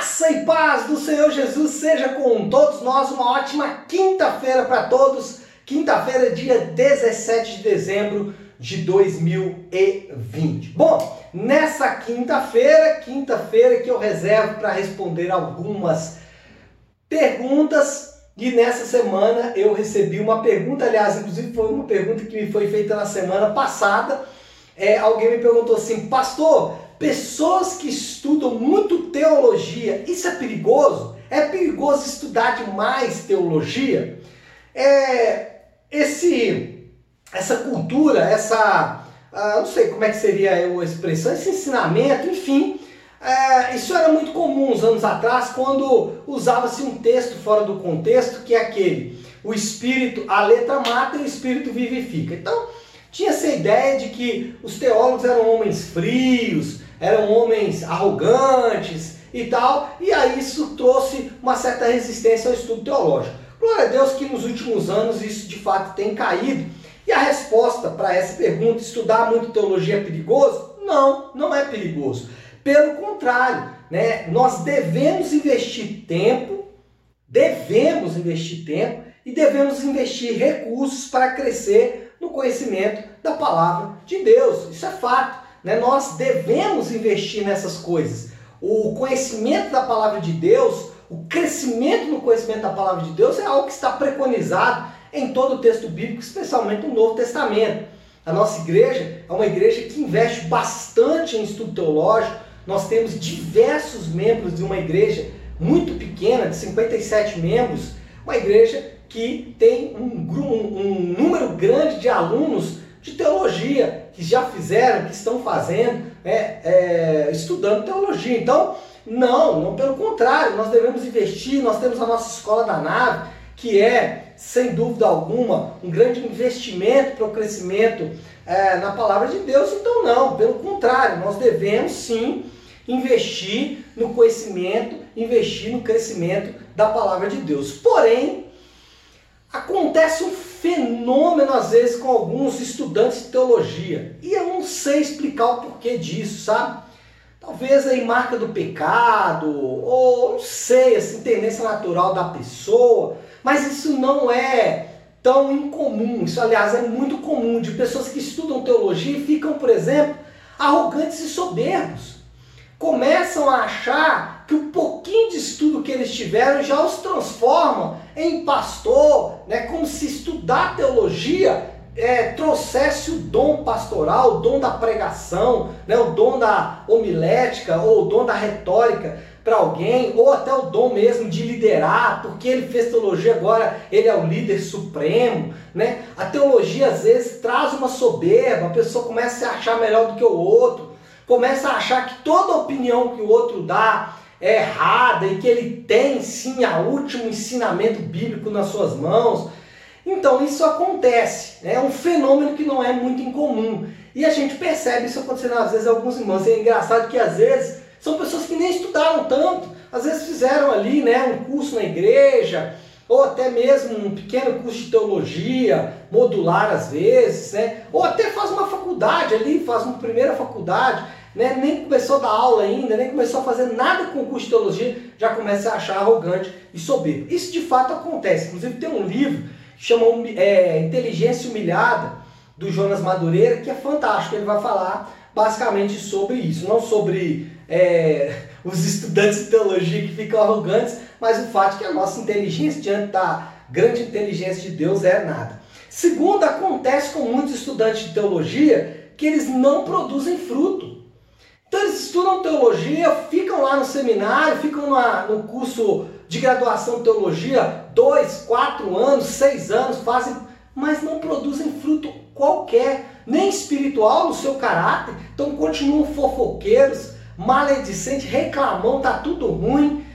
Graça e paz do Senhor Jesus seja com todos nós. Uma ótima quinta-feira para todos. Quinta-feira, dia 17 de dezembro de 2020. Bom, nessa quinta-feira que eu reservo para responder algumas perguntas. E nessa semana eu recebi uma pergunta, aliás, inclusive foi uma pergunta que me foi feita na semana passada. Alguém me perguntou assim: pastor, pessoas que estudam muito teologia, isso é perigoso? É perigoso estudar demais teologia? Essa cultura, não sei como é que seria a expressão, esse ensinamento, enfim, isso era muito comum uns anos atrás, quando usava-se um texto fora do contexto, que é aquele: o espírito, a letra mata e o espírito vivifica. Então, tinha essa ideia de que os teólogos eram homens frios, eram homens arrogantes e tal, e aí isso trouxe uma certa resistência ao estudo teológico. Glória a Deus que nos últimos anos isso de fato tem caído. E a resposta para essa pergunta: estudar muito teologia é perigoso? Não, não é perigoso. Pelo contrário, né? Nós devemos investir tempo e devemos investir recursos para crescer no conhecimento da palavra de Deus. Isso é fato, né? Nós devemos investir nessas coisas. O conhecimento da palavra de Deus, o crescimento no conhecimento da palavra de Deus é algo que está preconizado em todo o texto bíblico, especialmente no Novo Testamento. A nossa igreja é uma igreja que investe bastante em estudo teológico. Nós temos diversos membros de uma igreja muito pequena, de 57 membros, uma igreja que tem um número grande de alunos de teologia, que já fizeram, que estão fazendo, estudando teologia. Então, não, pelo contrário, nós devemos investir. Nós temos a nossa Escola da Nave, que é, sem dúvida alguma, um grande investimento para o crescimento na palavra de Deus. Então, não, pelo contrário, nós devemos sim investir no conhecimento, investir no crescimento da palavra de Deus. Porém, acontece um fenômeno às vezes com alguns estudantes de teologia, e eu não sei explicar o porquê disso, sabe? Talvez aí marca do pecado, ou não sei, assim, tendência natural da pessoa, mas isso não é tão incomum. Isso, aliás, é muito comum, de pessoas que estudam teologia e ficam, por exemplo, arrogantes e soberbos. Começam a achar que o pouquinho de estudo que eles tiveram já os transforma em pastor, né? Como se estudar teologia trouxesse o dom pastoral, o dom da pregação, né? O dom da homilética ou o dom da retórica para alguém, ou até o dom mesmo de liderar, porque ele fez teologia, agora ele é o líder supremo, né? A teologia às vezes traz uma soberba, a pessoa começa a se achar melhor do que o outro, começa a achar que toda opinião que o outro dá é errada e que ele tem sim o último ensinamento bíblico nas suas mãos. Então isso acontece, é um fenômeno que não é muito incomum. E a gente percebe isso acontecendo às vezes em alguns irmãos. É engraçado que às vezes são pessoas que nem estudaram tanto, às vezes fizeram ali, né, um curso na igreja, ou até mesmo um pequeno curso de teologia, modular às vezes, né? Ou até faz uma faculdade ali, faz uma primeira faculdade, né? Nem começou a dar aula ainda, nem começou a fazer nada com o curso de teologia, já começa a achar arrogante e soberbo. Isso de fato acontece. Inclusive tem um livro que chama Inteligência Humilhada, do Jonas Madureira, que é fantástico. Ele vai falar basicamente sobre isso, não sobre os estudantes de teologia que ficam arrogantes, mas o fato de que a nossa inteligência diante da grande inteligência de Deus é nada. Segundo, acontece com muitos estudantes de teologia que eles não produzem fruto. Então eles estudam teologia, ficam lá no seminário, ficam no curso de graduação de teologia 2, 4 anos, 6 anos, mas não produzem fruto qualquer, nem espiritual no seu caráter. Então continuam fofoqueiros, maledicentes, reclamam, tá tudo ruim,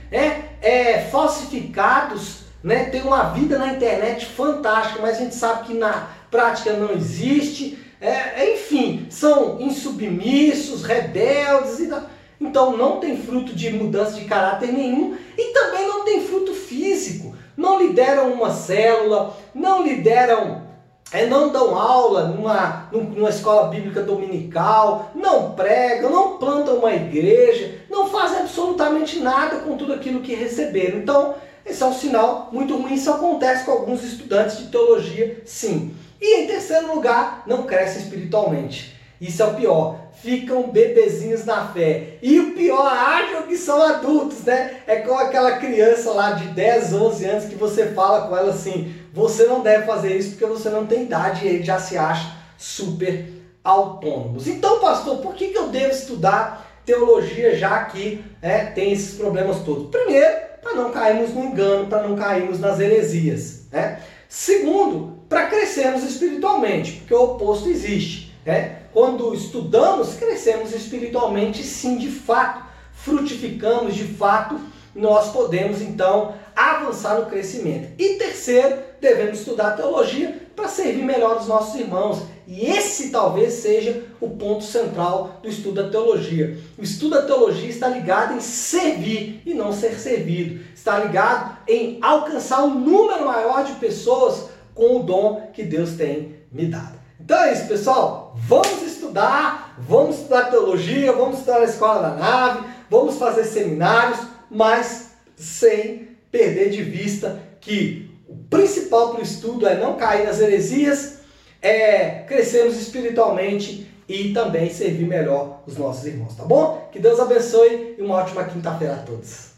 falsificados, né? Tem uma vida na internet fantástica, mas a gente sabe que na prática não existe. Enfim, são insubmissos, rebeldes, então não tem fruto de mudança de caráter nenhum, e também não tem fruto físico. Não lideram uma célula, não lideram não dão aula numa escola bíblica dominical, não pregam, não plantam uma igreja, não fazem absolutamente nada com tudo aquilo que receberam. Então, esse é um sinal muito ruim. Isso acontece com alguns estudantes de teologia, sim. E em terceiro lugar, não crescem espiritualmente. Isso é o pior. Ficam bebezinhos na fé. E o pior, acham que são adultos, né? É como aquela criança lá de 10, 11 anos que você fala com ela assim: você não deve fazer isso porque você não tem idade, e ele já se acha super autônomos. Então, pastor, por que eu devo estudar teologia já que tem esses problemas todos? Primeiro, para não cairmos no engano, para não cairmos nas heresias, né? Segundo, para crescermos espiritualmente, porque o oposto existe, né? Quando estudamos, crescemos espiritualmente, sim, de fato, frutificamos, de fato, nós podemos então avançar no crescimento. E terceiro, devemos estudar teologia para servir melhor os nossos irmãos. E esse talvez seja o ponto central do estudo da teologia. O estudo da teologia está ligado em servir e não ser servido. Está ligado em alcançar um número maior de pessoas com o dom que Deus tem me dado. Então é isso, pessoal. Vamos estudar teologia, vamos estudar na Escola da Nave, vamos fazer seminários, mas sem perder de vista que o principal para o estudo é não cair nas heresias, crescermos espiritualmente e também servir melhor os nossos irmãos, tá bom? Que Deus abençoe e uma ótima quinta-feira a todos.